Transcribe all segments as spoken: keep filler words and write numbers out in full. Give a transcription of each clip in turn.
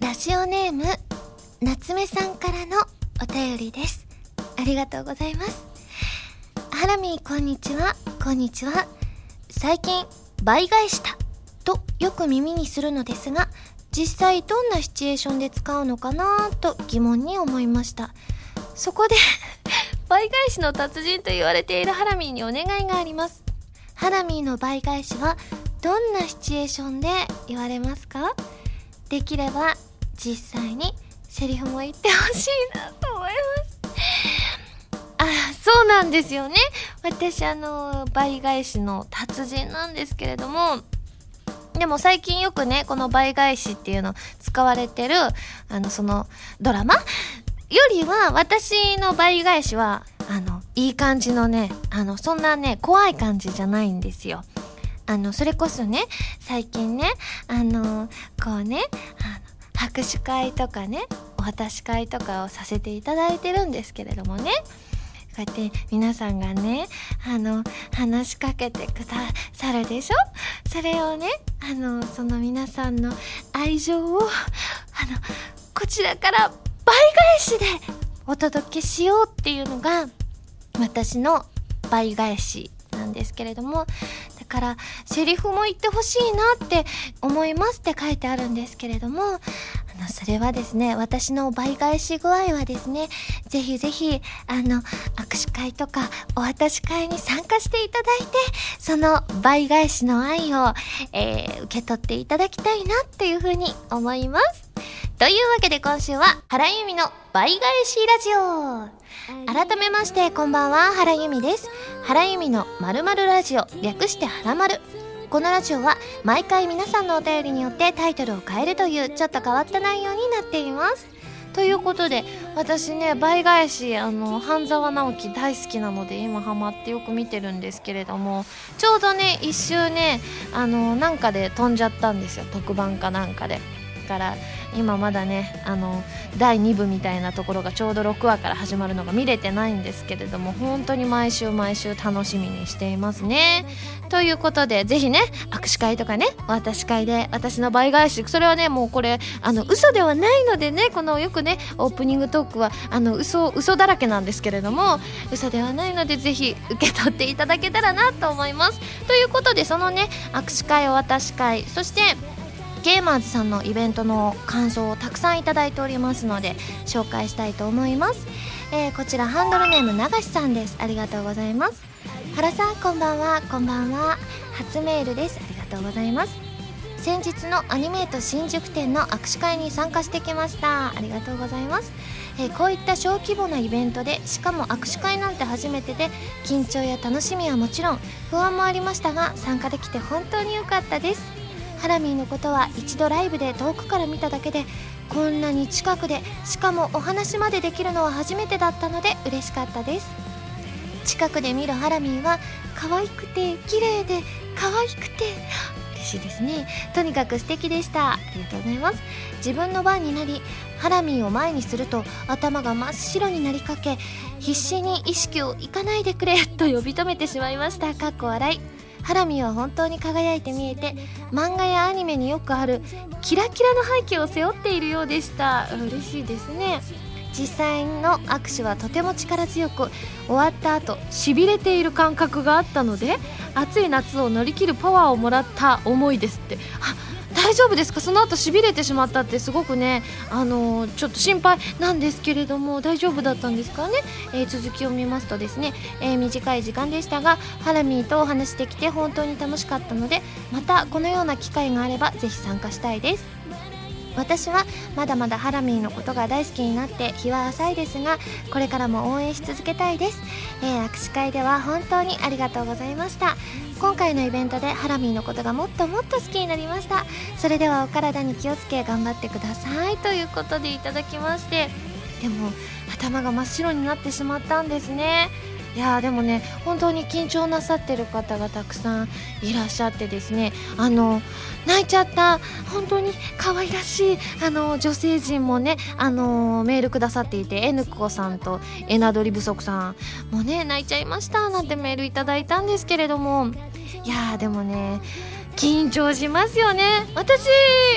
ラジオネーム夏目さんからのお便りです。ありがとうございます。ハラミーこんにちは。こんにちは。最近倍返したとよく耳にするのですが、実際どんなシチュエーションで使うのかなと疑問に思いました。そこで倍返しの達人と言われているハラミーにお願いがあります。ハラミーの倍返しはどんなシチュエーションで言われますか？できれば実際にセリフも言ってほしいなと思います。あ、そうなんですよね。私あの倍返しの達人なんですけれども、でも最近よくねこの倍返しっていうの使われてるあのそのドラマよりは、私の倍返しはあのいい感じのね、あのそんなね怖い感じじゃないんですよ。あのそれこそね最近ねあのこうねあの握手会とかねお渡し会とかをさせていただいてるんですけれどもね、こうやって皆さんがねあの話しかけてくださるでしょ。それをねあのその皆さんの愛情をあのこちらから倍返しでお届けしようっていうのが私の倍返しなんですけれども、だからセリフも言ってほしいなって思いますって書いてあるんですけれども、あのそれはですね、私の倍返し具合はですね、ぜひぜひあの握手会とかお渡し会に参加していただいて、その倍返しの愛を、えー、受け取っていただきたいなっていうふうに思います。というわけで今週は原由美の倍返しラジオ。改めましてこんばんは、原由美です。原由美の〇〇ラジオ、略してはらまる。このラジオは毎回皆さんのお便りによってタイトルを変えるというちょっと変わった内容になっています。ということで私ね倍返しあの半沢直樹大好きなので今ハマってよく見てるんですけれども、ちょうどね一周ねあのなんかで飛んじゃったんですよ、特番かなんかで。から今まだねあのだいにぶみたいなところがちょうどろくわから始まるのが見れてないんですけれども、本当に毎週毎週楽しみにしていますね。ということでぜひね握手会とかねお渡し会で私の倍返し、それはねもうこれあの嘘ではないのでね、このよくねオープニングトークはあの嘘嘘だらけなんですけれども、嘘ではないのでぜひ受け取っていただけたらなと思います。ということでそのね握手会お渡し会、そしてゲーマーズさんのイベントの感想をたくさんいただいておりますので紹介したいと思います。えー、こちらハンドルネーム流しさんです。ありがとうございます。原さんこんばんは。こんばんは。初メールです。ありがとうございます。先日のアニメート新宿店の握手会に参加してきました。ありがとうございます。えー、こういった小規模なイベントで、しかも握手会なんて初めてで緊張や楽しみはもちろん不安もありましたが、参加できて本当に良かったです。ハラミーのことは一度ライブで遠くから見ただけで、こんなに近くでしかもお話までできるのは初めてだったので嬉しかったです。近くで見るハラミーは可愛くて綺麗で可愛くて嬉しいですね。とにかく素敵でした。ありがとうございます。自分の番になりハラミーを前にすると頭が真っ白になりかけ、必死に意識をいかないでくれと呼び止めてしまいました。かっこ笑い。ハラミは本当に輝いて見えて、漫画やアニメによくあるキラキラの背景を背負っているようでした。嬉しいですね。実際の握手はとても力強く、終わった後しびれている感覚があったので、暑い夏を乗り切るパワーをもらった思いですって。あ、大丈夫ですか？その後しびれてしまったってすごくねあのー、ちょっと心配なんですけれども、大丈夫だったんですかね。えー、続きを見ますとですね、えー、短い時間でしたがハラミーとお話できて本当に楽しかったので、またこのような機会があればぜひ参加したいです。私はまだまだハラミーのことが大好きになって日は浅いですが、これからも応援し続けたいです。えー、握手会では本当にありがとうございました。今回のイベントでハラミーのことがもっともっと好きになりました。それではお体に気をつけ頑張ってくださいということでいただきまして、でも頭が真っ白になってしまったんですね。いやーでもね本当に緊張なさってる方がたくさんいらっしゃってですね、あの泣いちゃった本当に可愛らしいあの女性陣もねあのメールくださっていて、えぬこさんとえなどり不足さんもね泣いちゃいましたなんてメールいただいたんですけれども、いやーでもね緊張しますよね。私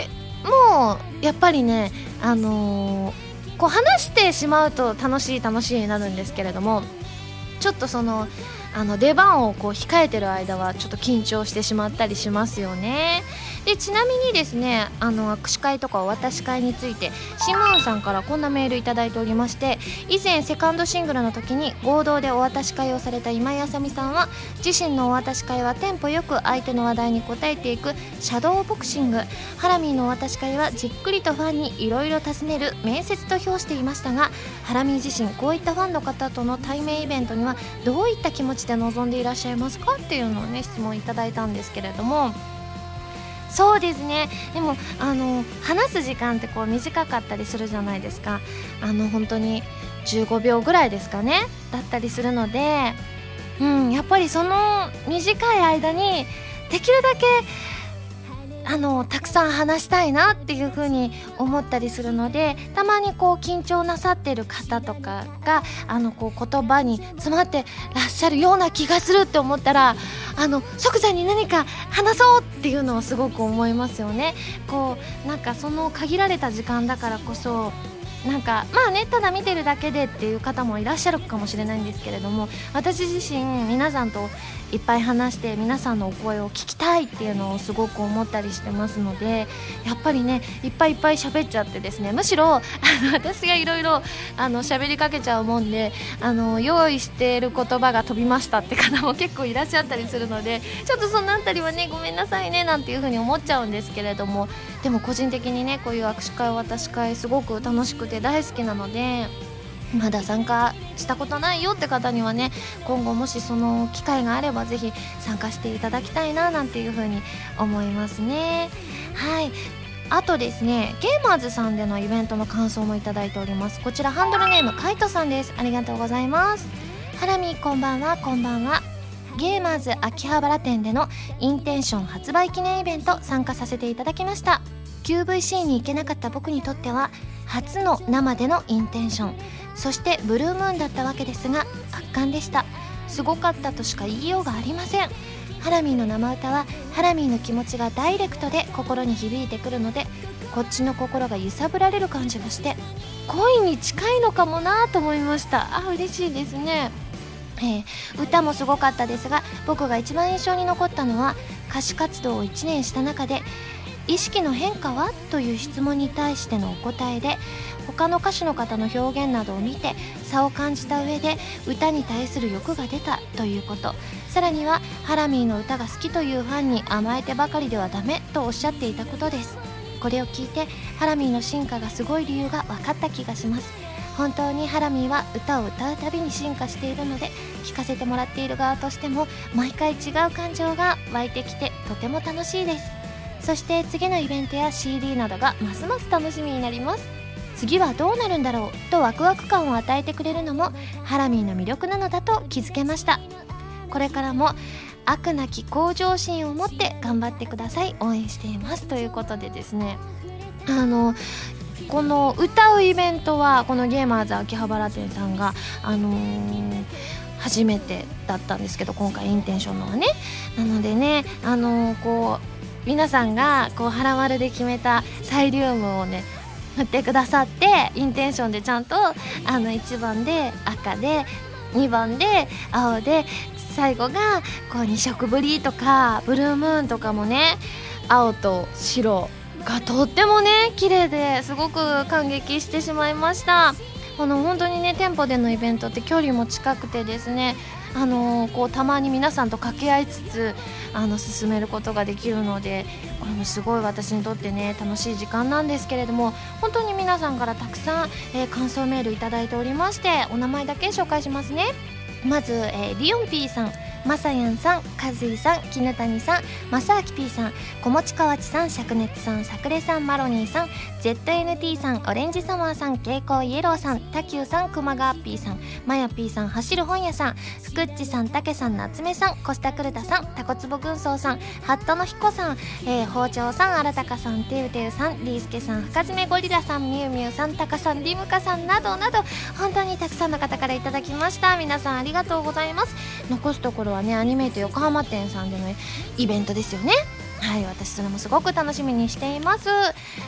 もうやっぱりねあのー、こう話してしまうと楽しい楽しいになるんですけれども、ちょっとそのあの出番をこう控えてる間はちょっと緊張してしまったりしますよね。でちなみにですね、あの握手会とかお渡し会についてシムーンさんからこんなメールいただいておりまして、以前セカンドシングルの時に合同でお渡し会をされた今井あさみさんは、自身のお渡し会はテンポよく相手の話題に答えていくシャドーボクシング、ハラミーのお渡し会はじっくりとファンにいろいろ尋ねる面接と評していましたが、ハラミー自身こういったファンの方との対面イベントにはどういった気持ちで臨んでいらっしゃいますかっていうのをね質問いただいたんですけれども、そうですね、でもあの話す時間ってこう短かったりするじゃないですか。あの本当にじゅうごびょうぐらいですかねだったりするので、うん、やっぱりその短い間にできるだけあのたくさん話したいなっていう風に思ったりするので、たまにこう緊張なさってる方とかがあのこう言葉に詰まってらっしゃるような気がするって思ったら、あの即座に何か話そうっていうのをすごく思いますよね。こうなんかその限られた時間だからこそ、なんかまあねただ見てるだけでっていう方もいらっしゃるかもしれないんですけれども、私自身皆さんといっぱい話して皆さんのお声を聞きたいっていうのをすごく思ったりしてますので、やっぱりねいっぱいいっぱい喋っちゃってですね、むしろあの私がいろいろ喋りかけちゃうもんで、あの用意している言葉が飛びましたって方も結構いらっしゃったりするので、ちょっとそのあたりはねごめんなさいねなんていう風に思っちゃうんですけれども、でも個人的にねこういう握手会お渡し会すごく楽しくて大好きなので、まだ参加したことないよって方にはね今後もしその機会があればぜひ参加していただきたいななんていう風に思いますね。はい、あとですねゲーマーズさんでのイベントの感想もいただいております。こちらハンドルネームカイトさんです。ありがとうございます。ハラミこんばんは。こんばんは。ゲーマーズ秋葉原店でのインテンション発売記念イベント参加させていただきました。 キューブイシー に行けなかった僕にとっては初の生でのインテンション、そしてブルームーンだったわけですが圧巻でした。すごかったとしか言いようがありません。ハラミーの生歌はハラミーの気持ちがダイレクトで心に響いてくるので、こっちの心が揺さぶられる感じがして恋に近いのかもなと思いました。あ、嬉しいですね。えー、歌もすごかったですが、僕が一番印象に残ったのは歌手活動をいちねんした中で意識の変化はという質問に対してのお答えで、他の歌手の方の表現などを見て差を感じた上で歌に対する欲が出たということ、さらにはハラミーの歌が好きというファンに甘えてばかりではダメとおっしゃっていたことです。これを聞いてハラミーの進化がすごい理由が分かった気がします。本当にハラミーは歌を歌うたびに進化しているので、聴かせてもらっている側としても毎回違う感情が湧いてきてとても楽しいです。そして次のイベントや シーディー などがますます楽しみになります。次はどうなるんだろうとワクワク感を与えてくれるのもハラミーの魅力なのだと気づけました。これからも悪なき向上心を持って頑張ってください。応援していますということでですね、あのこの歌うイベントはこのゲーマーズ秋葉原店さんがあのー、初めてだったんですけど、今回インテンションのはね、なのでね、あのー、こう皆さんがこうハラマルで決めたサイリウムをね振ってくださって、インテンションでちゃんとあのいちばんで赤でにばんで青で最後がこうに色ぶりとかブルームーンとかもね青と白がとってもね綺麗ですごく感激してしまいました。あの本当にね店舗でのイベントって距離も近くてですね、あのー、こうたまに皆さんと掛け合いつつあの進めることができるので、これもすごい私にとってね楽しい時間なんですけれども、本当に皆さんからたくさん、えー、感想メールいただいておりまして、お名前だけ紹介しますね。まず、えー、リオン P さん、まさやんさん、かずいさん、きぬたにさん、まさあき P さん、こもちかわちさん、しゃくねつさん、さくれさん、マロニーさん、 ゼットエヌティー さん、オレンジサマーさん、けいこうイエローさん、たきゅうさん、くまが P さん、まや P さん、走る本屋さん、ふくっちさん、たけさん、なつめさん、コスタクルタさん、たこつぼ軍曹さん、ハットのひこさん、えー、包丁さん、あらたかさん、てうてうさん、りーすけさん、深爪ゴリラさん、みゆみゆさん、たかさん、りむかさんなどなど本当にたくさんの方からいただきました。皆さんありがとうございます。残すところはねアニメイト横浜店さんでのイベントですよね。はい、私それもすごく楽しみにしています。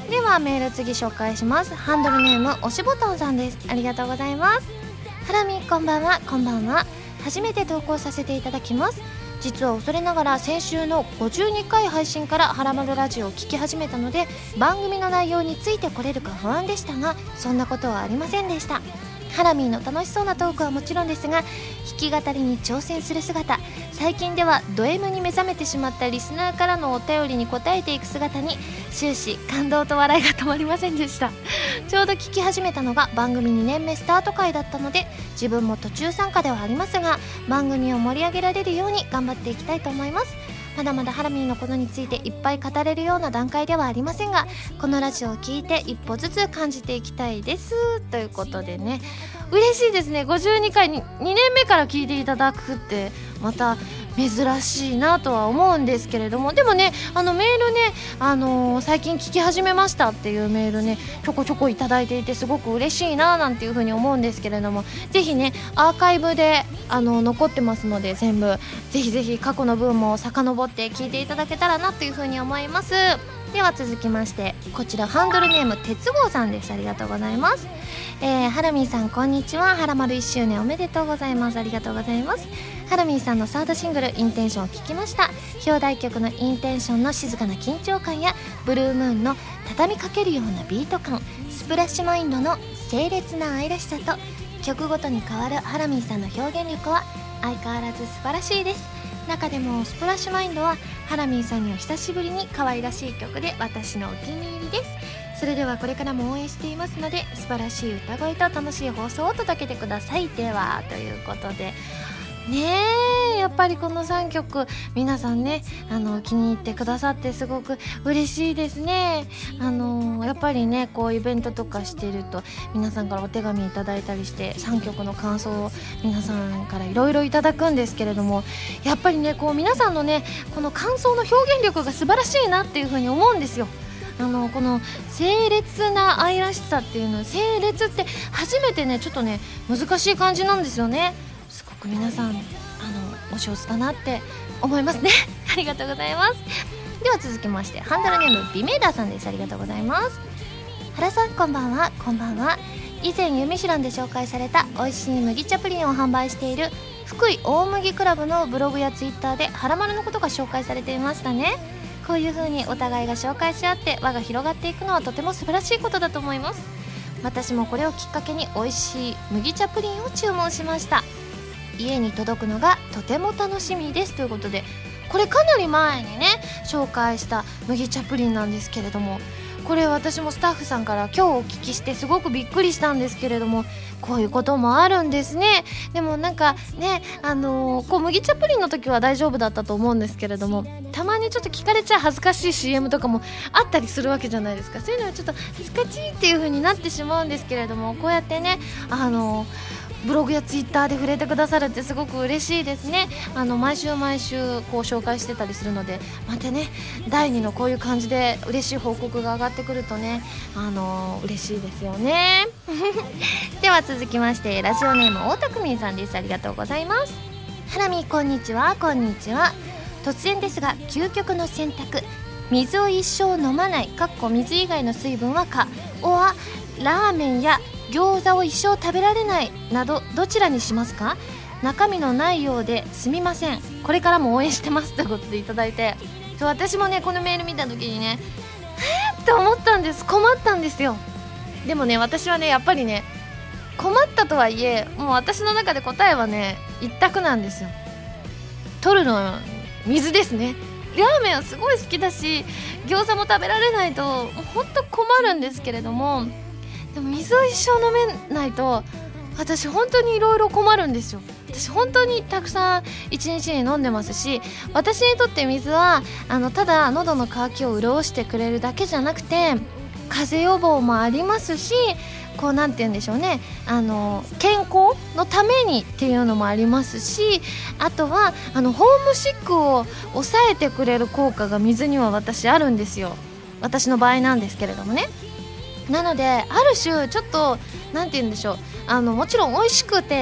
ではメール次紹介します。ハンドルネーム押しボタンさんです。ありがとうございます。ハラミこんばんは。こんばんは。初めて投稿させていただきます。実は恐れながら先週のごじゅうにかい配信からハラマルラジオを聞き始めたので、番組の内容についてこれるか不安でしたが、そんなことはありませんでした。ハラミーの楽しそうなトークはもちろんですが、弾き語りに挑戦する姿、最近ではド M に目覚めてしまったリスナーからのお便りに答えていく姿に終始感動と笑いが止まりませんでした。ちょうど聞き始めたのが番組にねんめスタート回だったので、自分も途中参加ではありますが、番組を盛り上げられるように頑張っていきたいと思います。まだまだハラミーのことについていっぱい語れるような段階ではありませんが、このラジオを聞いて一歩ずつ感じていきたいですということでね、嬉しいですね。ごじゅうにかいににねんめから聞いていただくってまた珍しいなとは思うんですけれども、でもね、あのメールね、あのー、最近聞き始めましたっていうメールね、ちょこちょこいただいていてすごく嬉しいななんていうふうに思うんですけれども、ぜひねアーカイブであの残ってますので、全部ぜひぜひ過去の分も遡って聞いていただけたらなというふうに思います。では続きまして、こちらハンドルネーム鉄棒さんです。ありがとうございます。えー、ハラミーさんこんにちは。ハラマルいっしゅうねんおめでとうございます。ありがとうございます。ハラミーさんのサードシングルインテンションを聞きました。表題曲のインテンションの静かな緊張感やブルームーンの畳みかけるようなビート感、スプラッシュマインドの清烈な愛らしさと曲ごとに変わるハラミーさんの表現力は相変わらず素晴らしいです。中でもスプラッシュマインドはハラミーさんには久しぶりに可愛らしい曲で私のお気に入りです。それではこれからも応援していますので、素晴らしい歌声と楽しい放送を届けてください。ではということでねえ、やっぱりこのさんきょく皆さんね、あの気に入ってくださってすごく嬉しいですね。あのやっぱりね、こうイベントとかしてると皆さんからお手紙いただいたりして、さんきょくの感想を皆さんからいろいろいただくんですけれども、やっぱりね、こう皆さんのねこの感想の表現力が素晴らしいなっていうふうに思うんですよ。あのこの清烈な愛らしさっていうの、清烈って初めてねちょっとね難しい感じなんですよね。すごく皆さんあのお上手だなって思いますねありがとうございます。では続きまして、ハンドルネームビメーダーさんです。ありがとうございます。原さんこんばんは。こんばんは。以前ユミシュランで紹介された美味しい麦茶プリンを販売している福井大麦クラブのブログやツイッターでハラマルのことが紹介されていましたね。こういう風にお互いが紹介し合って輪が広がっていくのはとても素晴らしいことだと思います。私もこれをきっかけに美味しい麦茶プリンを注文しました。家に届くのがとても楽しみですということで、これかなり前にね紹介した麦茶プリンなんですけれども、これ私もスタッフさんから今日お聞きしてすごくびっくりしたんですけれども、こういうこともあるんですね。でもなんかね、あのー、こう麦茶プリンの時は大丈夫だったと思うんですけれども、たまにちょっと聞かれちゃ恥ずかしい シーエム とかもあったりするわけじゃないですか。そういうのはちょっと恥ずかしいっていう風になってしまうんですけれども、こうやってね、あのーブログやツイッターで触れてくださるってすごく嬉しいですね。あの毎週毎週こう紹介してたりするので、またねだいにのこういう感じで嬉しい報告が上がってくるとね、あのー、嬉しいですよねでは続きまして、ラジオネーム大田区民さんです。ありがとうございます。ハラミこんにちは。こんにちは。突然ですが究極の選択、水を一生飲まないかっこ水以外の水分はかおはラーメンや餃子を一生食べられないなどどちらにしますか？中身のないようですみません、これからも応援してますということでいただいて、私もねこのメール見た時にねえーって思ったんです。困ったんですよ。でもね私はねやっぱりね困ったとはいえ、もう私の中で答えはね一択なんですよ。取るのは水ですね。ラーメンはすごい好きだし、餃子も食べられないと本当困るんですけれども、でも水を一生飲めないと私本当にいろいろ困るんですよ。私本当にたくさん一日に飲んでますし、私にとって水はあのただ喉の渇きを潤してくれるだけじゃなくて、風邪予防もありますし、こうなんて言うんでしょうね、あの健康のためにっていうのもありますし、あとはあのホームシックを抑えてくれる効果が水には私あるんですよ。私の場合なんですけれどもね。なのである種ちょっとなんて言うんでしょう、あのもちろん美味しくて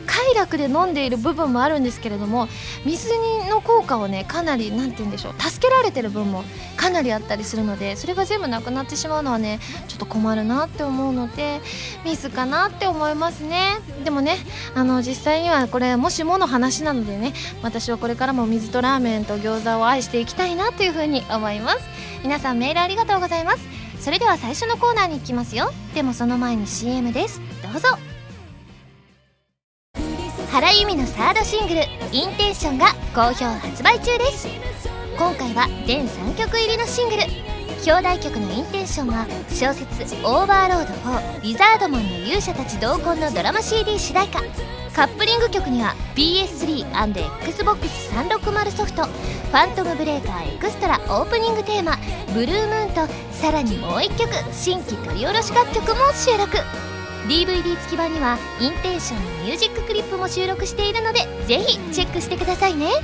快楽で飲んでいる部分もあるんですけれども、水の効果をねかなりなんて言うんでしょう、助けられてる分もかなりあったりするので、それが全部なくなってしまうのはねちょっと困るなって思うので、水かなって思いますね。でもね、あの実際にはこれもしもの話なのでね、私はこれからも水とラーメンと餃子を愛していきたいなというふうに思います。皆さんメールありがとうございます。それでは最初のコーナーに行きますよ。でもその前に シーエム です。どうぞ。原由美のサードシングル「インテンション」が好評発売中です。今回は全さんきょく入りのシングル。表題曲の「インテンション」は小説「オーバーロードフォーウィザードマンの勇者たち同梱」のドラマ シーディー 主題歌。カップリング曲には ピーエススリー アンド エックスボックスさんびゃくろくじゅう ソフト「ファントムブレーカーエクストラ」オープニングテーマ「ブルームーン」とさらにもういっきょく新規取り下ろし楽曲も収録。 ディーブイディー 付き版にはインテンションのミュージッククリップも収録しているので、ぜひチェックしてくださいね。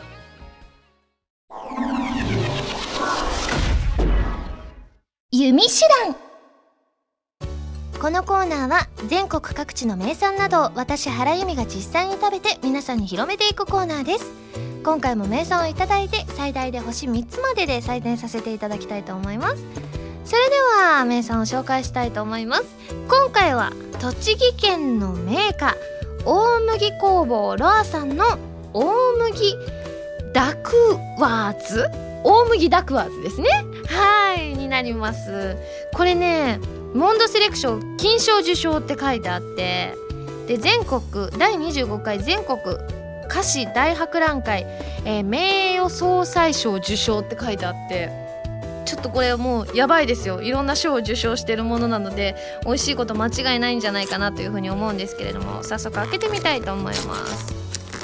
弓手段。このコーナーは全国各地の名産などを私原由美が実際に食べて皆さんに広めていくコーナーです。今回も名産をいただいて最大で星みっつまでで採点させていただきたいと思います。それでは名産を紹介したいと思います。今回は栃木県の名家大麦工房ロアさんの大麦ダクワーズ大麦ダクワーズですね。はいになります。これねモンドセレクション金賞受賞って書いてあって、で全国だいにじゅうごかい全国菓子大博覧会、えー、名誉総裁賞受賞って書いてあって、ちょっとこれもうやばいですよ。いろんな賞を受賞してるものなので美味しいこと間違いないんじゃないかなというふうに思うんですけれども、早速開けてみたいと思います。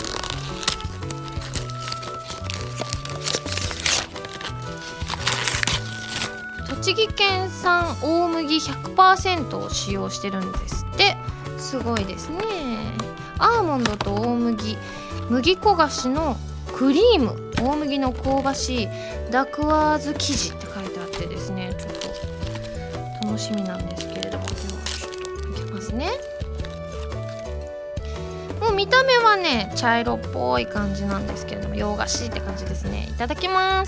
栃木県産大麦 ひゃくパーセント を使用してるんですって。すごいですね。アーモンドと大麦麦焦がしのクリーム大麦の香ばしいダクワーズ生地って書いてあってですね、ちょっと楽しみなんですけれども、ではちょっと開けますね。もう見た目はね茶色っぽい感じなんですけれども、洋菓子って感じですね。いただきます。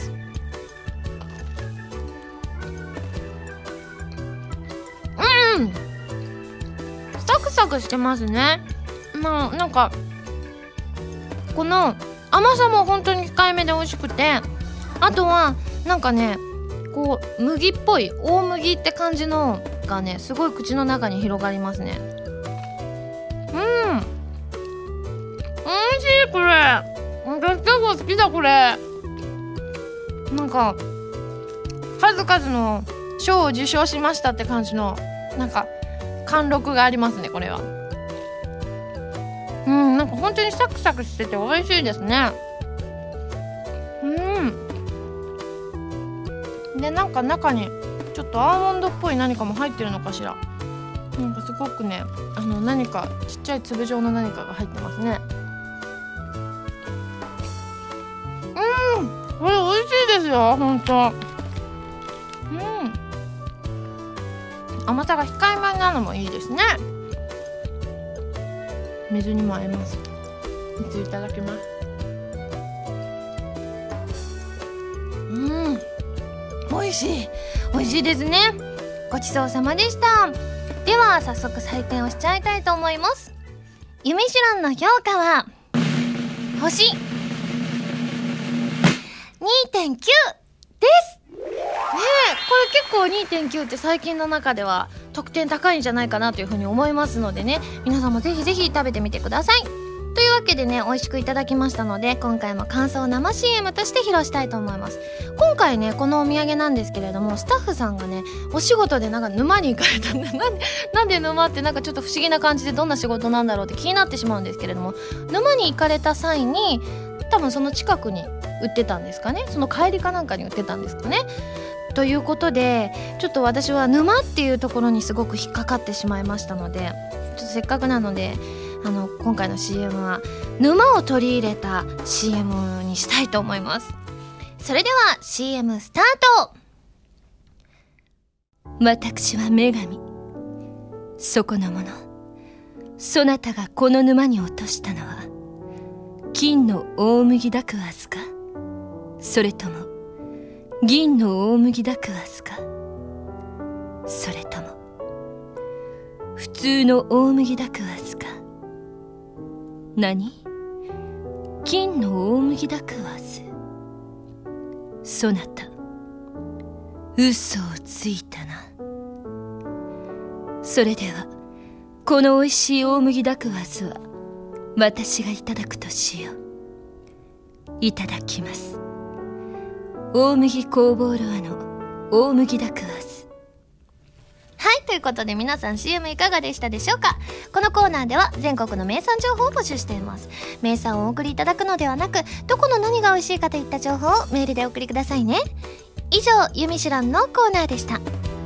うんサクサクしてますね。まあなんかこの甘さも本当に控えめで美味しくて、あとはなんかねこう麦っぽい大麦って感じのがねすごい口の中に広がりますね。うん美味しい。これ私結構好きだ。これなんか数々の賞を受賞しましたって感じのなんか貫禄がありますね。これはうんなんか本当にサクサクしてて美味しいですね。うんでなんか中にちょっとアーモンドっぽい何かも入ってるのかしら。なんかすごくねあの何かちっちゃい粒状の何かが入ってますね。うんこれ美味しいですよ本当。うん甘さが控えめなのもいいですね。水にも合います。水いただきます。うん美味しい美味しいですね。ごちそうさまでした。では早速採点をしちゃいたいと思います。ユミシュランの評価は星 にてんきゅう ですね。えこれ結構 にてんきゅう って最近の中では得点高いんじゃないかなというふうに思いますのでね、皆さんもぜひぜひ食べてみてください。というわけでね美味しくいただきましたので、今回も感想を生 シーエム として披露したいと思います。今回ねこのお土産なんですけれども、スタッフさんがねお仕事でなんか沼に行かれたんでなんでなんで沼ってなんかちょっと不思議な感じでどんな仕事なんだろうって気になってしまうんですけれども、沼に行かれた際に多分その近くに売ってたんですかね、その帰りかなんかに売ってたんですかね。ということでちょっと私は沼っていうところにすごく引っかかってしまいましたので、ちょっとせっかくなのであの今回の シーエム は沼を取り入れた シーエム にしたいと思います。それでは シーエム スタート。私は女神、そこのもの、 そなたがこの沼に落としたのは金の大麦だくわずか、それとも銀の大麦だくわずか、それとも普通の大麦だくわずか。何？金の大麦だくわず。そなた嘘をついたな。それではこのおいしい大麦だくわずは私がいただくとしよう。いただきます。大麦工房ロアの大麦だくわず。 はい、ということで皆さん シーエム いかがでしたでしょうか。このコーナーでは全国の名産情報を募集しています。名産をお送りいただくのではなく、どこの何が美味しいかといった情報をメールでお送りくださいね。以上、ゆみしゅらんのコーナーでした。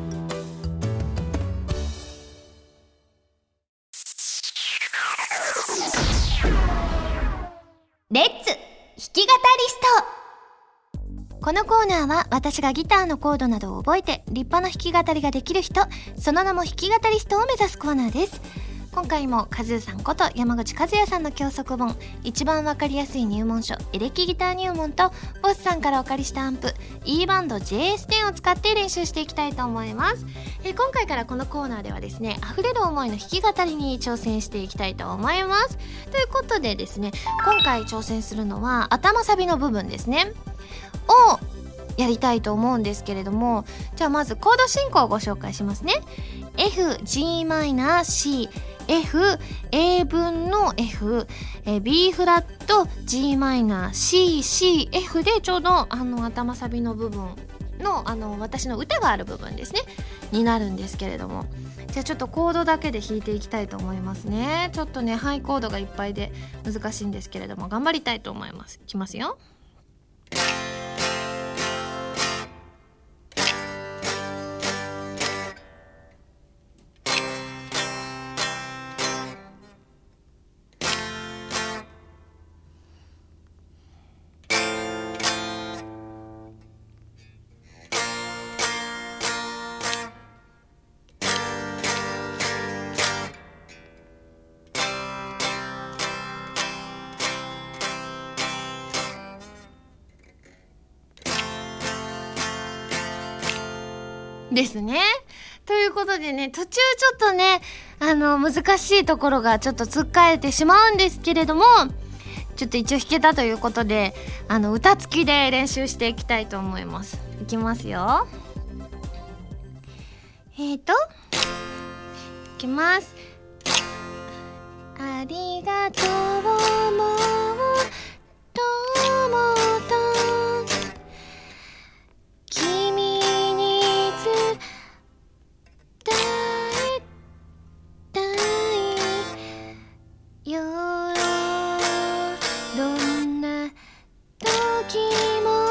レッツ弾き語りスト。このコーナーは私がギターのコードなどを覚えて立派な弾き語りができる人、その名も弾き語りストを目指すコーナーです。今回もカズーさんこと山口和也さんの教則本、一番わかりやすい入門書エレキギター入門とボスさんからお借りしたアンプ E バンド ジェイエステン を使って練習していきたいと思います。えー、今回からこのコーナーではですね、溢れる思いの弾き語りに挑戦していきたいと思います。ということでですね、今回挑戦するのは頭サビの部分ですねをやりたいと思うんですけれども、じゃあまずコード進行をご紹介しますね。 F、G マイナー、C、F、A 分の F、えー、B フラット、G マイナー、C、C、F でちょうどあの頭サビの部分のあの私の歌がある部分ですねになるんですけれども、じゃあちょっとコードだけで弾いていきたいと思いますね。ちょっとねハイコードがいっぱいで難しいんですけれども頑張りたいと思います。いきますよ。ですね。ということでね、途中ちょっとねあの難しいところがちょっとつっかえてしまうんですけれども、ちょっと一応弾けたということであの歌付きで練習していきたいと思います。いきますよ。えーといきます。ありがとうもうともと君に伝えたいよ、どんな時も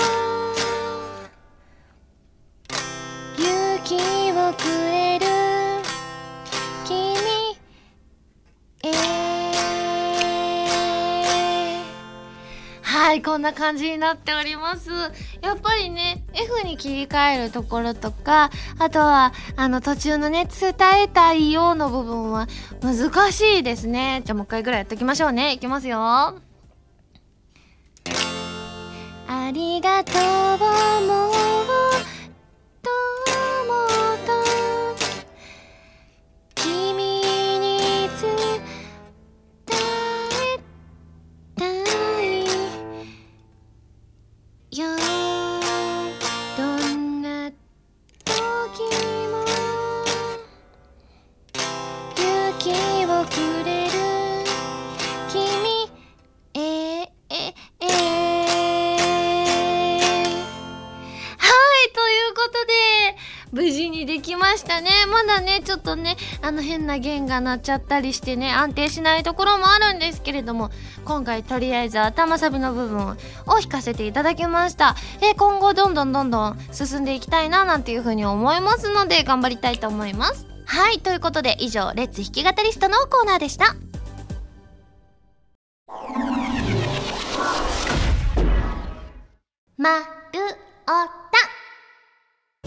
勇気をくれる君へ。はい、こんな感じになっております。やっぱりね F に切り替えるところとか、あとはあの途中のね伝えたいよの部分は難しいですね。じゃあもう一回ぐらいやっておきましょうね。いきますよ。ありがとうもうともと君に伝えたいよ、どんな時も勇気をくれる君へ。ええはいということで無事にできましたね。まだねちょっとねあの変な弦が鳴っちゃったりしてね安定しないところもあるんですけれども、今回とりあえず頭サビの部分を弾かせていただきました。え今後どんどんどんどん進んでいきたいななんていう風に思いますので頑張りたいと思います。はいということで以上レッツ弾き語りストのコーナーでした。まるおた。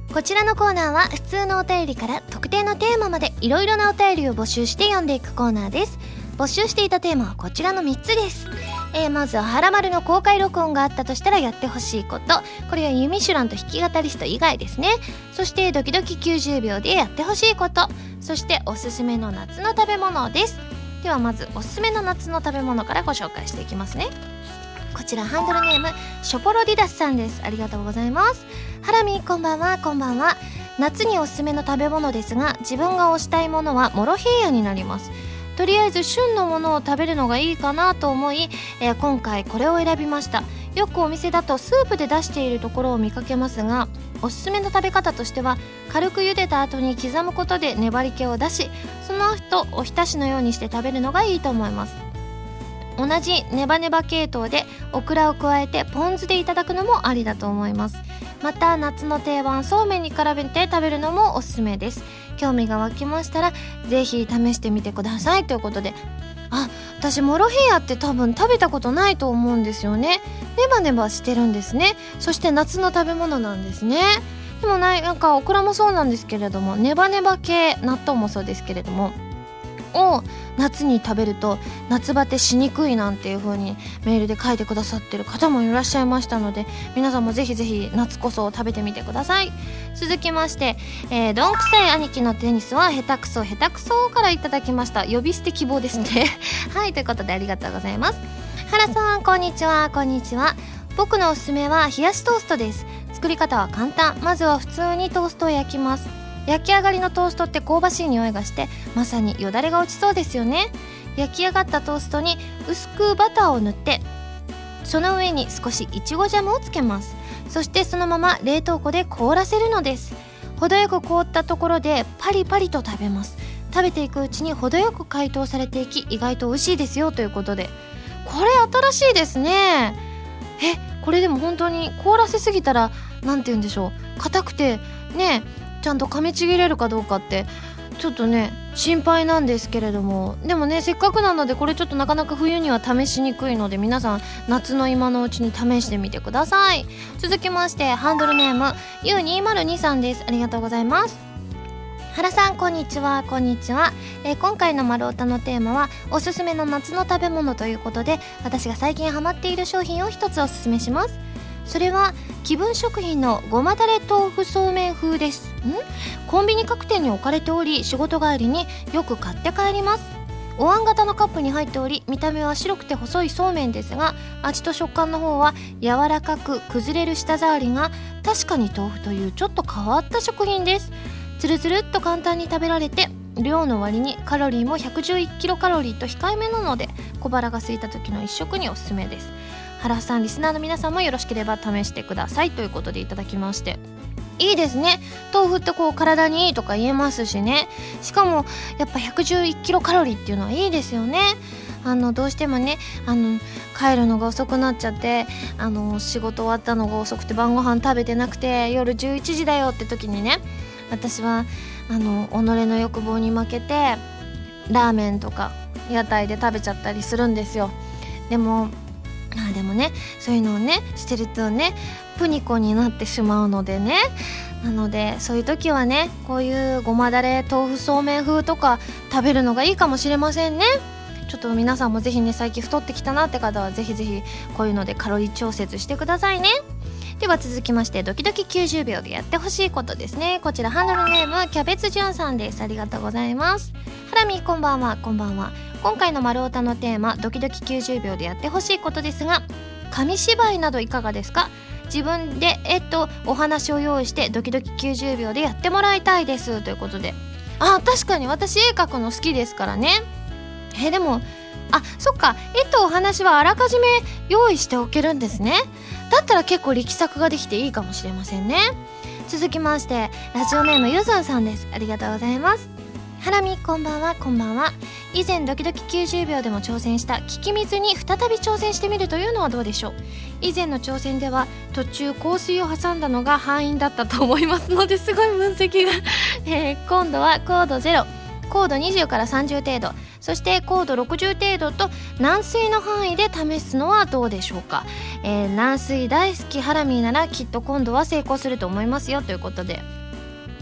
こちらのコーナーは普通のお便りから特定のテーマまでいろいろなお便りを募集して読んでいくコーナーです。募集していたテーマはこちらのみっつです。えー、まずははらまるの公開録音があったとしたらやってほしいこと、これはユミシュランと弾き語りスト以外ですね。そしてドキドキきゅうじゅうびょうでやってほしいこと、そしておすすめの夏の食べ物です。ではまずおすすめの夏の食べ物からご紹介していきますね。こちらハンドルネームショポロディダスさんです。ありがとうございます。ハラミこんばんは。こんばんは。夏におすすめの食べ物ですが、自分が推したいものはモロヘイヤになります。とりあえず旬のものを食べるのがいいかなと思い、えー、今回これを選びました。よくお店だとスープで出しているところを見かけますが、おすすめの食べ方としては軽く茹でた後に刻むことで粘り気を出し、その後おひたしのようにして食べるのがいいと思います。同じネバネバ系統でオクラを加えてポン酢でいただくのもありだと思います。また夏の定番そうめんに絡めて食べるのもおすすめです。興味が湧きましたらぜひ試してみてくださいということで、あ、私モロヘイヤって多分食べたことないと思うんですよね。ネバネバしてるんですね。そして夏の食べ物なんですね。でもない、なんかオクラもそうなんですけれども、ネバネバ系、納豆もそうですけれどもを夏に食べると夏バテしにくいなんていう風にメールで書いてくださってる方もいらっしゃいましたので、皆さんもぜひぜひ夏こそ食べてみてください。続きまして、えー、どんくさい兄貴のテニスは下手くそ下手くそからいただきました。呼び捨て希望ですねはい、ということでありがとうございます。原さんこんにちは。こんにちは。僕のおすすめは冷やしトーストです。作り方は簡単。まずは普通にトーストを焼きます。焼き上がりのトーストって香ばしい匂いがして、まさによだれが落ちそうですよね。焼き上がったトーストに薄くバターを塗って、その上に少しいちごジャムをつけます。そしてそのまま冷凍庫で凍らせるのです。程よく凍ったところでパリパリと食べます。食べていくうちに程よく解凍されていき、意外と美味しいですよということで、これ新しいですね。え、これでも本当に凍らせすぎたらなんて言うんでしょう、硬くてね、ちゃんと噛みちぎれるかどうかってちょっとね心配なんですけれども、でもねせっかくなのでこれちょっとなかなか冬には試しにくいので、皆さん夏の今のうちに試してみてください。続きましてハンドルネーム ユーにーまるに さんです。ありがとうございます。原さんこんにちは。こんにちは。えー、今回の丸太のテーマはおすすめの夏の食べ物ということで、私が最近ハマっている商品を一つおすすめします。それは気分食品のごまだれ豆腐そうめん風です。んコンビニ各店に置かれており、仕事帰りによく買って帰ります。お椀型のカップに入っており、見た目は白くて細いそうめんですが、味と食感の方は柔らかく崩れる舌触りが確かに豆腐というちょっと変わった食品です。つるつるっと簡単に食べられて、量の割にカロリーもひゃくじゅういちキロカロリーと控えめなので、小腹が空いた時の一食におすすめです。原さん、リスナーの皆さんもよろしければ試してくださいということでいただきまして、いいですね。豆腐ってこう体にいいとか言えますしね。しかもやっぱひゃくじゅういちキロカロリーっていうのはいいですよね。あのどうしてもね、あの帰るのが遅くなっちゃって、あの仕事終わったのが遅くて晩ご飯食べてなくて夜じゅういちじだよって時にね、私はあの己の欲望に負けてラーメンとか屋台で食べちゃったりするんですよ。でもあでもね、そういうのをねしてるとねプニコになってしまうのでね、なのでそういう時はね、こういうごまだれ豆腐そうめん風とか食べるのがいいかもしれませんね。ちょっと皆さんもぜひね、最近太ってきたなって方はぜひぜひこういうのでカロリー調節してくださいね。では続きまして、ドキドキきゅうじゅうびょうでやってほしいことですね。こちらハンドルネームキャベツジュンさんです。ありがとうございます。ハラミこんばんは。こんばんは。今回の丸太のテーマ、ドキドキきゅうじゅうびょうでやってほしいことですが、紙芝居などいかがですか？自分でえっとお話を用意してドキドキきゅうじゅうびょうでやってもらいたいですということで、あ、確かに私絵描くの好きですからね。えでもあそっか、絵とお話はあらかじめ用意しておけるんですね。だったら結構力作ができていいかもしれませんね。続きましてラジオネームゆずんさんです。ありがとうございます。ハラミこんばんは。こんばんは。以前ドキドキきゅうじゅうびょうでも挑戦した聞き水に再び挑戦してみるというのはどうでしょう。以前の挑戦では途中香水を挟んだのが敗因だったと思いますので、すごい分析が、えー、今度は高度ゼロ、高度にじゅうからさんじゅう程度、そして高度ろくじゅう程度と軟水の範囲で試すのはどうでしょうか。えー、軟水大好きハラミーならきっと今度は成功すると思いますよということで、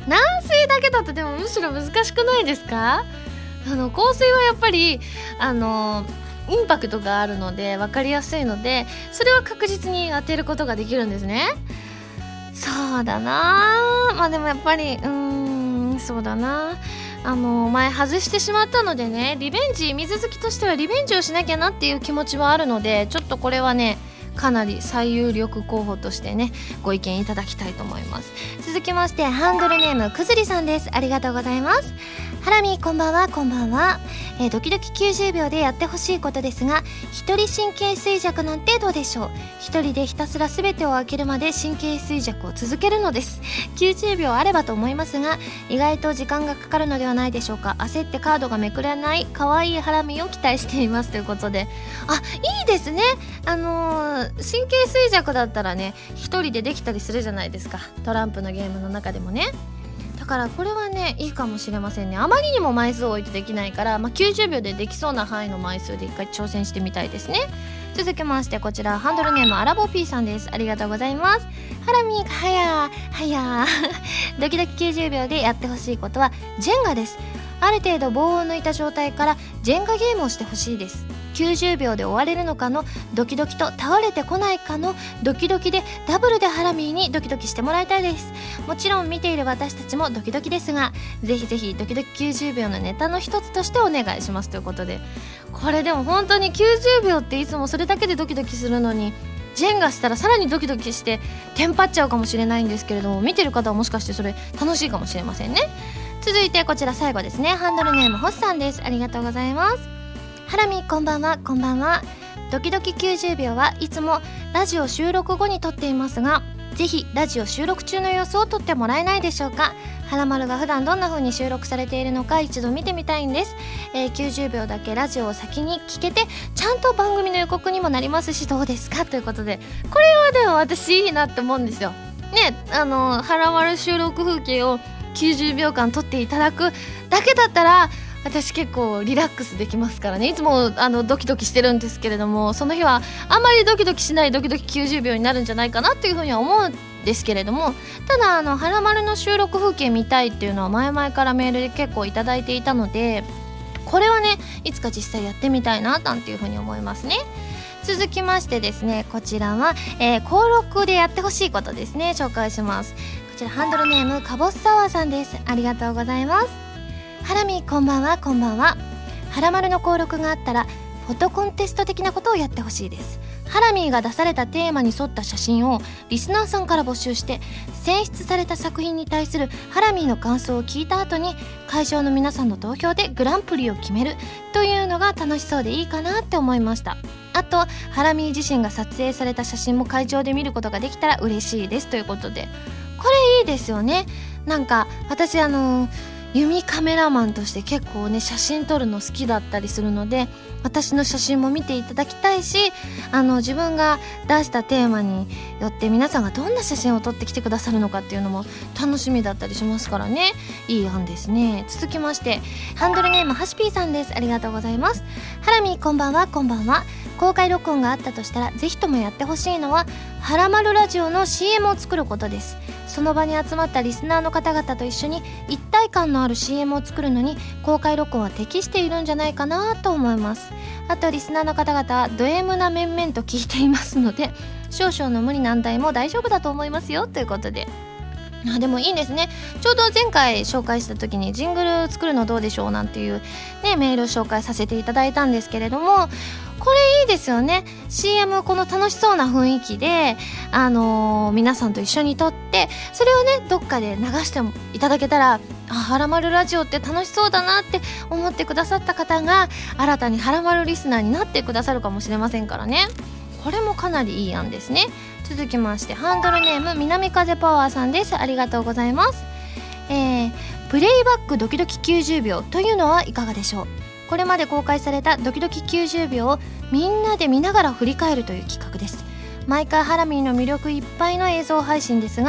軟水だけだとでもむしろ難しくないですか？あの硬水はやっぱりあのインパクトがあるので分かりやすいので、それは確実に当てることができるんですね。そうだな、まあでもやっぱりうーんそうだな、あの前外してしまったのでね、リベンジ、水好きとしてはリベンジをしなきゃなっていう気持ちはあるので、ちょっとこれはねかなり最有力候補としてねご意見いただきたいと思います。続きましてハンドルネームくずりさんです。ありがとうございます。ハラミこんばんは。こんばんは、えー、ドキドキきゅうじゅうびょうでやってほしいことですが、一人神経衰弱なんてどうでしょう。一人でひたすら全てを開けるまで神経衰弱を続けるのです。きゅうじゅうびょうあればと思いますが、意外と時間がかかるのではないでしょうか。焦ってカードがめくれない可愛いハラミを期待していますということで、あ、いいですね。あのー、神経衰弱だったらね一人でできたりするじゃないですか、トランプのゲームの中でもね。だからこれはねいいかもしれませんね。あまりにも枚数を置いてできないから、まあ、きゅうじゅうびょうでできそうな範囲の枚数で一回挑戦してみたいですね。続きましてこちらハンドルネームアラボ P さんです。ありがとうございます。ハラミはやーはやードキドキきゅうじゅうびょうでやってほしいことはジェンガです。ある程度棒を抜いた状態からジェンガゲームをしてほしいです。きゅうじゅうびょうで終われるのかのドキドキと倒れてこないかのドキドキでダブルでハラミーにドキドキしてもらいたいです。もちろん見ている私たちもドキドキですが、ぜひぜひドキドキきゅうじゅうびょうのネタの一つとしてお願いしますということで、これでも本当にきゅうじゅうびょうっていつもそれだけでドキドキするのに、ジェンガしたらさらにドキドキしてテンパっちゃうかもしれないんですけれども、見てる方はもしかしてそれ楽しいかもしれませんね。続いてこちら最後ですね、ハンドルネームホスさんです。ありがとうございます。ハラミこんばんは。こんばんは。ドキドキきゅうじゅうびょうはいつもラジオ収録後に撮っていますが、ぜひラジオ収録中の様子を撮ってもらえないでしょうか。はらまるが普段どんな風に収録されているのか一度見てみたいんです。えー、きゅうじゅうびょうだけラジオを先に聞けて、ちゃんと番組の予告にもなりますし、どうですかということで、これはでも私いいなって思うんですよね。あのはらまる収録風景をきゅうじゅうびょうかん撮っていただくだけだったら私結構リラックスできますからね。いつもあのドキドキしてるんですけれども、その日はあんまりドキドキしないドキドキきゅうじゅうびょうになるんじゃないかなっていうふうには思うんですけれども、ただあのはらまるの収録風景見たいっていうのは前々からメールで結構いただいていたので、これはねいつか実際やってみたいななんていうふうに思いますね。続きましてですね、こちらは、えー、登録でやってほしいことですね、紹介します。こちらハンドルネームカボスサワーさんです。ありがとうございます。ハラミこんばんは。こんばんは。はらまるの登録があったらフォトコンテスト的なことをやってほしいです。ハラミーが出されたテーマに沿った写真をリスナーさんから募集して、選出された作品に対するハラミーの感想を聞いた後に会場の皆さんの投票でグランプリを決めるというのが楽しそうでいいかなって思いました。あとハラミー自身が撮影された写真も会場で見ることができたら嬉しいですということで、これいいですよね。なんか私あのー弓カメラマンとして結構ね写真撮るの好きだったりするので、私の写真も見ていただきたいし、あの自分が出したテーマによって皆さんがどんな写真を撮ってきてくださるのかっていうのも楽しみだったりしますからね、いい案ですね。続きましてハンドルネームハシピーさんです。ありがとうございます。ハラミこんばんは。こんばんは。公開録音があったとしたらぜひともやってほしいのははらまるラジオの シーエム を作ることです。その場に集まったリスナーの方々と一緒に一体感のある シーエム を作るのに公開録音は適しているんじゃないかなと思います。あとリスナーの方々はド M な面々と聞いていますので、少々の無理難題も大丈夫だと思いますよということで、あでもいいですね。ちょうど前回紹介した時にジングル作るのどうでしょうなんていう、ね、メールを紹介させていただいたんですけれども、これいいですよね。 シーエム この楽しそうな雰囲気で、あのー、皆さんと一緒に撮って、それをねどっかで流してもいただけたら、あはらまるラジオって楽しそうだなって思ってくださった方が新たにはらまるリスナーになってくださるかもしれませんからね。これもかなりいい案ですね。続きましてハンドルネーム南風パワーさんです。ありがとうございます。えー、プレイバックドキドキきゅうじゅうびょうというのはいかがでしょう。これまで公開されたドキドキきゅうじゅうびょうをみんなで見ながら振り返るという企画です。毎回ハラミーの魅力いっぱいの映像配信ですが、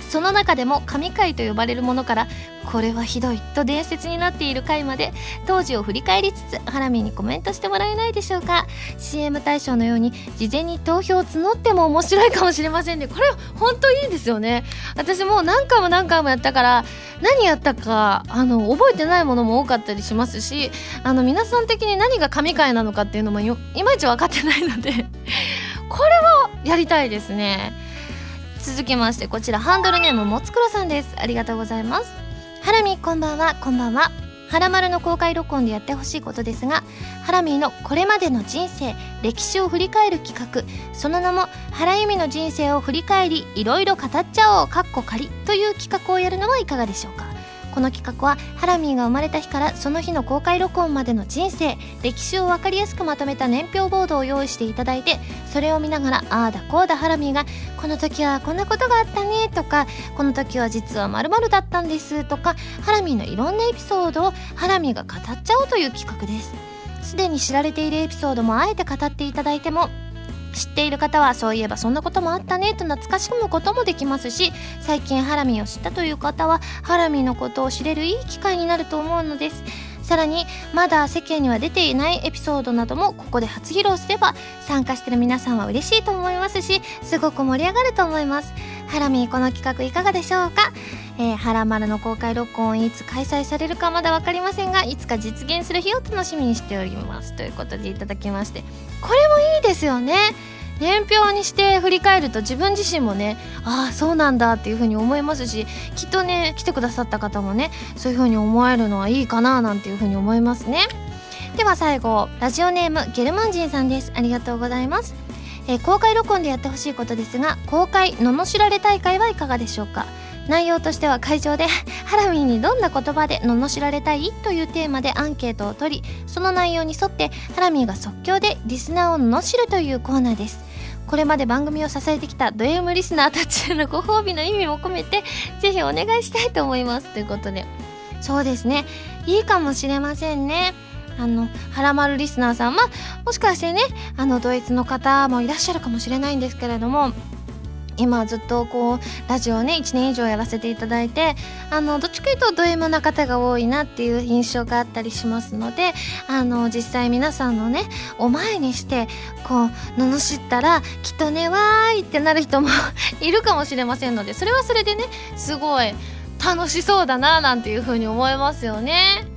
その中でも神回と呼ばれるものからこれはひどいと伝説になっている回まで当時を振り返りつつハラミーにコメントしてもらえないでしょうか。 シーエム 大賞のように事前に投票を募っても面白いかもしれませんね。これ本当いいですよね。私もう何回も何回もやったから何やったかあの覚えてないものも多かったりしますし、あの皆さん的に何が神回なのかっていうのもよいまいち分かってないのでこれはやりたいですね。続きましてこちらハンドルネームもつくろさんです。ありがとうございます。ハラミーこんばんは。こんばんは。ハラマルの公開録音でやってほしいことですが、ハラミーのこれまでの人生歴史を振り返る企画、その名もハラユミの人生を振り返りいろいろ語っちゃおうかっこ仮という企画をやるのはいかがでしょうか。この企画はハラミーが生まれた日からその日の公開録音までの人生歴史を分かりやすくまとめた年表ボードを用意していただいて、それを見ながらああだこうだハラミーがこの時はこんなことがあったねとか、この時は実は〇〇だったんですとか、ハラミーのいろんなエピソードをハラミーが語っちゃおうという企画です。すでに知られているエピソードもあえて語っていただいても、知っている方はそういえばそんなこともあったねと懐かしむこともできますし、最近ハラミーを知ったという方はハラミーのことを知れるいい機会になると思うのです。さらにまだ世間には出ていないエピソードなどもここで初披露すれば参加している皆さんは嬉しいと思いますし、すごく盛り上がると思います。ハラミーこの企画いかがでしょうか。えー、ハラマルの公開録音いつ開催されるかまだ分かりませんが、いつか実現する日を楽しみにしておりますということでいただきまして、これもいいですよね。年表にして振り返ると自分自身もね、ああそうなんだっていう風に思いますし、きっとね来てくださった方もねそういう風に思えるのはいいかななんていう風に思いますね。では最後ラジオネームゲルマンジンさんです。ありがとうございます。えー、公開録音でやってほしいことですが、公開罵られ大会はいかがでしょうか。内容としては会場でハラミーにどんな言葉で罵られたいというテーマでアンケートを取り、その内容に沿ってハラミーが即興でリスナーを罵るというコーナーです。これまで番組を支えてきたド M リスナーたちへのご褒美の意味も込めてぜひお願いしたいと思いますということで、そうですね、いいかもしれませんね。あのハラマルリスナーさん、まあもしかしてねあのド S の方もいらっしゃるかもしれないんですけれども、今ずっとこうラジオをねいちねん以上やらせていただいて、あのどっちかというとド M な方が多いなっていう印象があったりしますので、あの実際皆さんのねお前にしてこう罵ったらきっとねわーいってなる人もいるかもしれませんので、それはそれでねすごい楽しそうだななんていう風に思いますよね。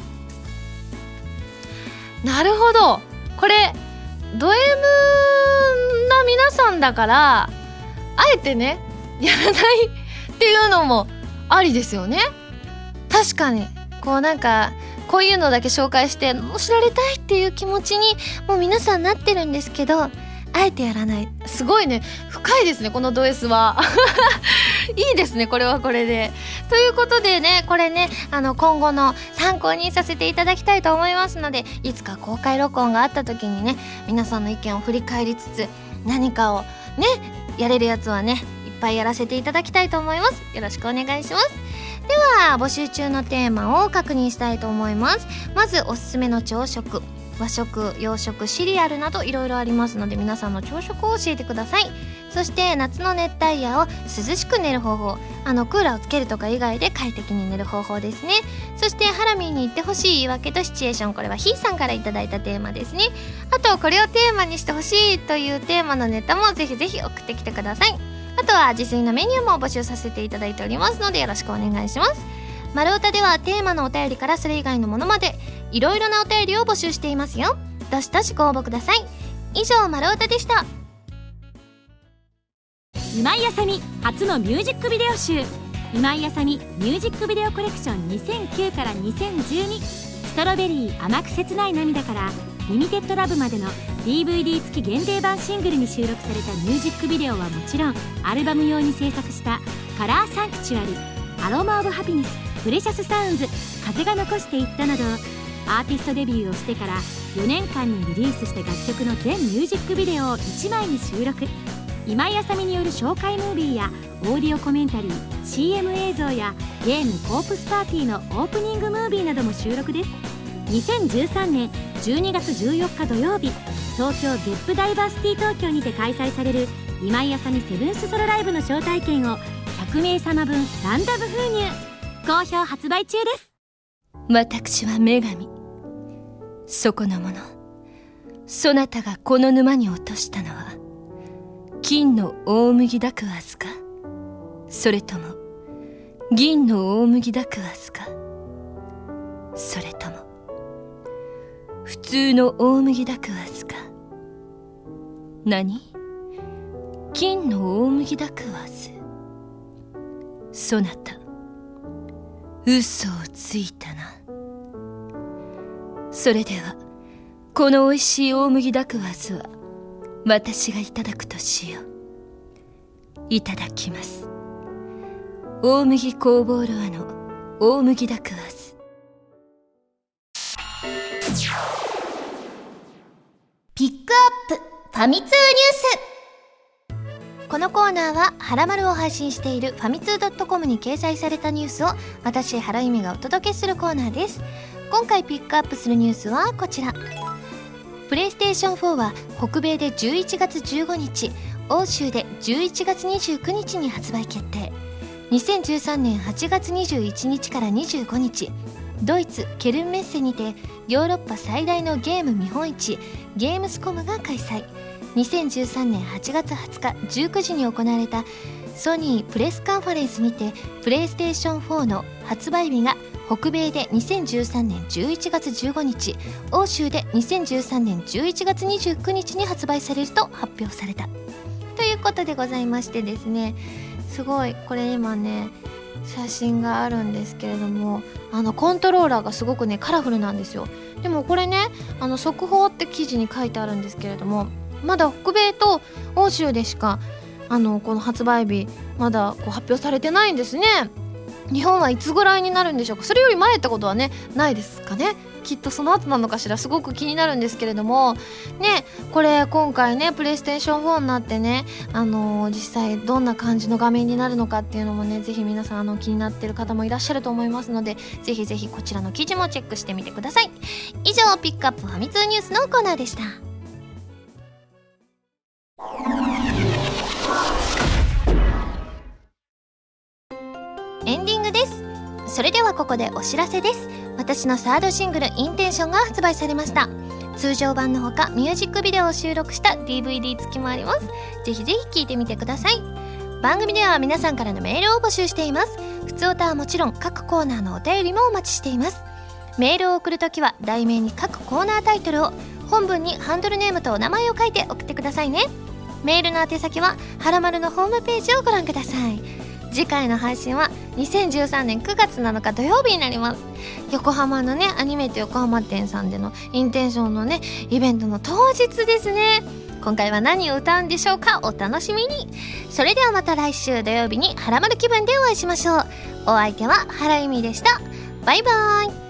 なるほど、これド M な皆さんだからあえてねやらないっていうのもありですよね。確かにこうなんかこういうのだけ紹介して知られたいっていう気持ちにもう皆さんなってるんですけど、あえてやらない、すごいね深いですねこのド S はいいですねこれはこれで。ということでね、これねあの今後の参考にさせていただきたいと思いますので、いつか公開録音があった時にね皆さんの意見を振り返りつつ何かをねやれるやつはねいっぱいやらせていただきたいと思います。よろしくお願いします。では募集中のテーマを確認したいと思います。まずおすすめの朝食、和食、洋食、シリアルなどいろいろありますので皆さんの朝食を教えてください。そして夏の熱帯夜を涼しく寝る方法、あのクーラーをつけるとか以外で快適に寝る方法ですね。そしてハラミーに言ってほしい言い訳とシチュエーション、これはひーさんからいただいたテーマですね。あとこれをテーマにしてほしいというテーマのネタもぜひぜひ送ってきてください。あとは自炊のメニューも募集させていただいておりますのでよろしくお願いします。丸太ではテーマのお便りからそれ以外のものまでいろいろなお便りを募集していますよ。どしどしご応募ください。以上丸太でした。 今井あさみ初のミュージックビデオ集、今井あさみミュージックビデオコレクションにせんきゅうからにせんじゅうに、ストロベリー甘く切ない涙からリミテッドラブまでの ディーブイディー 付き限定版シングルに収録されたミュージックビデオはもちろん、アルバム用に制作したカラーサンクチュアリ、アロマオブハピネス、プレシャスサウンズ、風が残していったなど、アーティストデビューをしてからよねんかんにリリースした楽曲の全ミュージックビデオをいちまいに収録。今井あさみによる紹介ムービーやオーディオコメンタリー、 シーエム 映像やゲームコープスパーティーのオープニングムービーなども収録です。にせんじゅうさんねんじゅうにがつじゅうよっか土曜日、東京 ゼップ ダイバーシティ東京にて開催される今井あさみセブンスソロライブの招待券をひゃひゃくめいさまぶんランダム封入好評発売中です。 私は女神、そこのもの。そなたがこの沼に落としたのは金の大麦ダクワスか、それとも銀の大麦ダクワスか、それとも普通の大麦ダクワスか。何？金の大麦ダクワス。そなた嘘をついたな。それではこの美味しい大麦ダクワスは私がいただくとしよう。いただきます。大麦工房ロアの大麦ダクワス。 ピックアップファミ通ニュース。このコーナーはハラマルを配信しているファミツー .com に掲載されたニュースを私原由美がお届けするコーナーです。今回ピックアップするニュースはこちら。プレイステーションフォーは北米でじゅういちがつじゅうごにち、欧州でじゅういちがつにじゅうくにちに発売決定。にせんじゅうさんねんはちがつにじゅういちにちからにじゅうごにち、ドイツケルンメッセにてヨーロッパ最大のゲーム見本市ゲームスコムが開催。にせんじゅうさんねんはちがつはつかじゅうくじに行われたソニープレスカンファレンスにてプレイステーションフォーの発売日が北米でにせんじゅうさんねんじゅういちがつじゅうごにち、欧州でにせんじゅうさんねんじゅういちがつにじゅうくにちに発売されると発表されたということでございましてですね、すごいこれ今ね写真があるんですけれども、あのコントローラーがすごくねカラフルなんですよ。でもこれね、あの速報って記事に書いてあるんですけれども、まだ北米と欧州でしかあのこの発売日まだこう発表されてないんですね。日本はいつぐらいになるんでしょうか。それより前ってことはねないですかね。きっとその後なのかしら。すごく気になるんですけれどもね、これ今回ねプレイステーションフォーになってね、あのー、実際どんな感じの画面になるのかっていうのもね、ぜひ皆さんあの気になってる方もいらっしゃると思いますので、ぜひぜひこちらの記事もチェックしてみてください。以上ピックアップファミ通ニュースのコーナーでした。エンディングです。それではここでお知らせです。私のサードシングルインテンションが発売されました。通常版のほかミュージックビデオを収録した ディーブイディー 付きもあります。ぜひぜひ聴いてみてください。番組では皆さんからのメールを募集しています。ふつおたはもちろん各コーナーのお便りもお待ちしています。メールを送るときは題名に各コーナータイトルを、本文にハンドルネームとお名前を書いて送ってくださいね。メールの宛先ははらまるのホームページをご覧ください。次回の配信はにせんじゅうさんねんくがつなのか土曜日になります。横浜のねアニメート横浜店さんでのインテンションのねイベントの当日ですね。今回は何を歌うんでしょうか。お楽しみに。それではまた来週土曜日にはらまる気分でお会いしましょう。お相手は原由美でした。バイバーイ。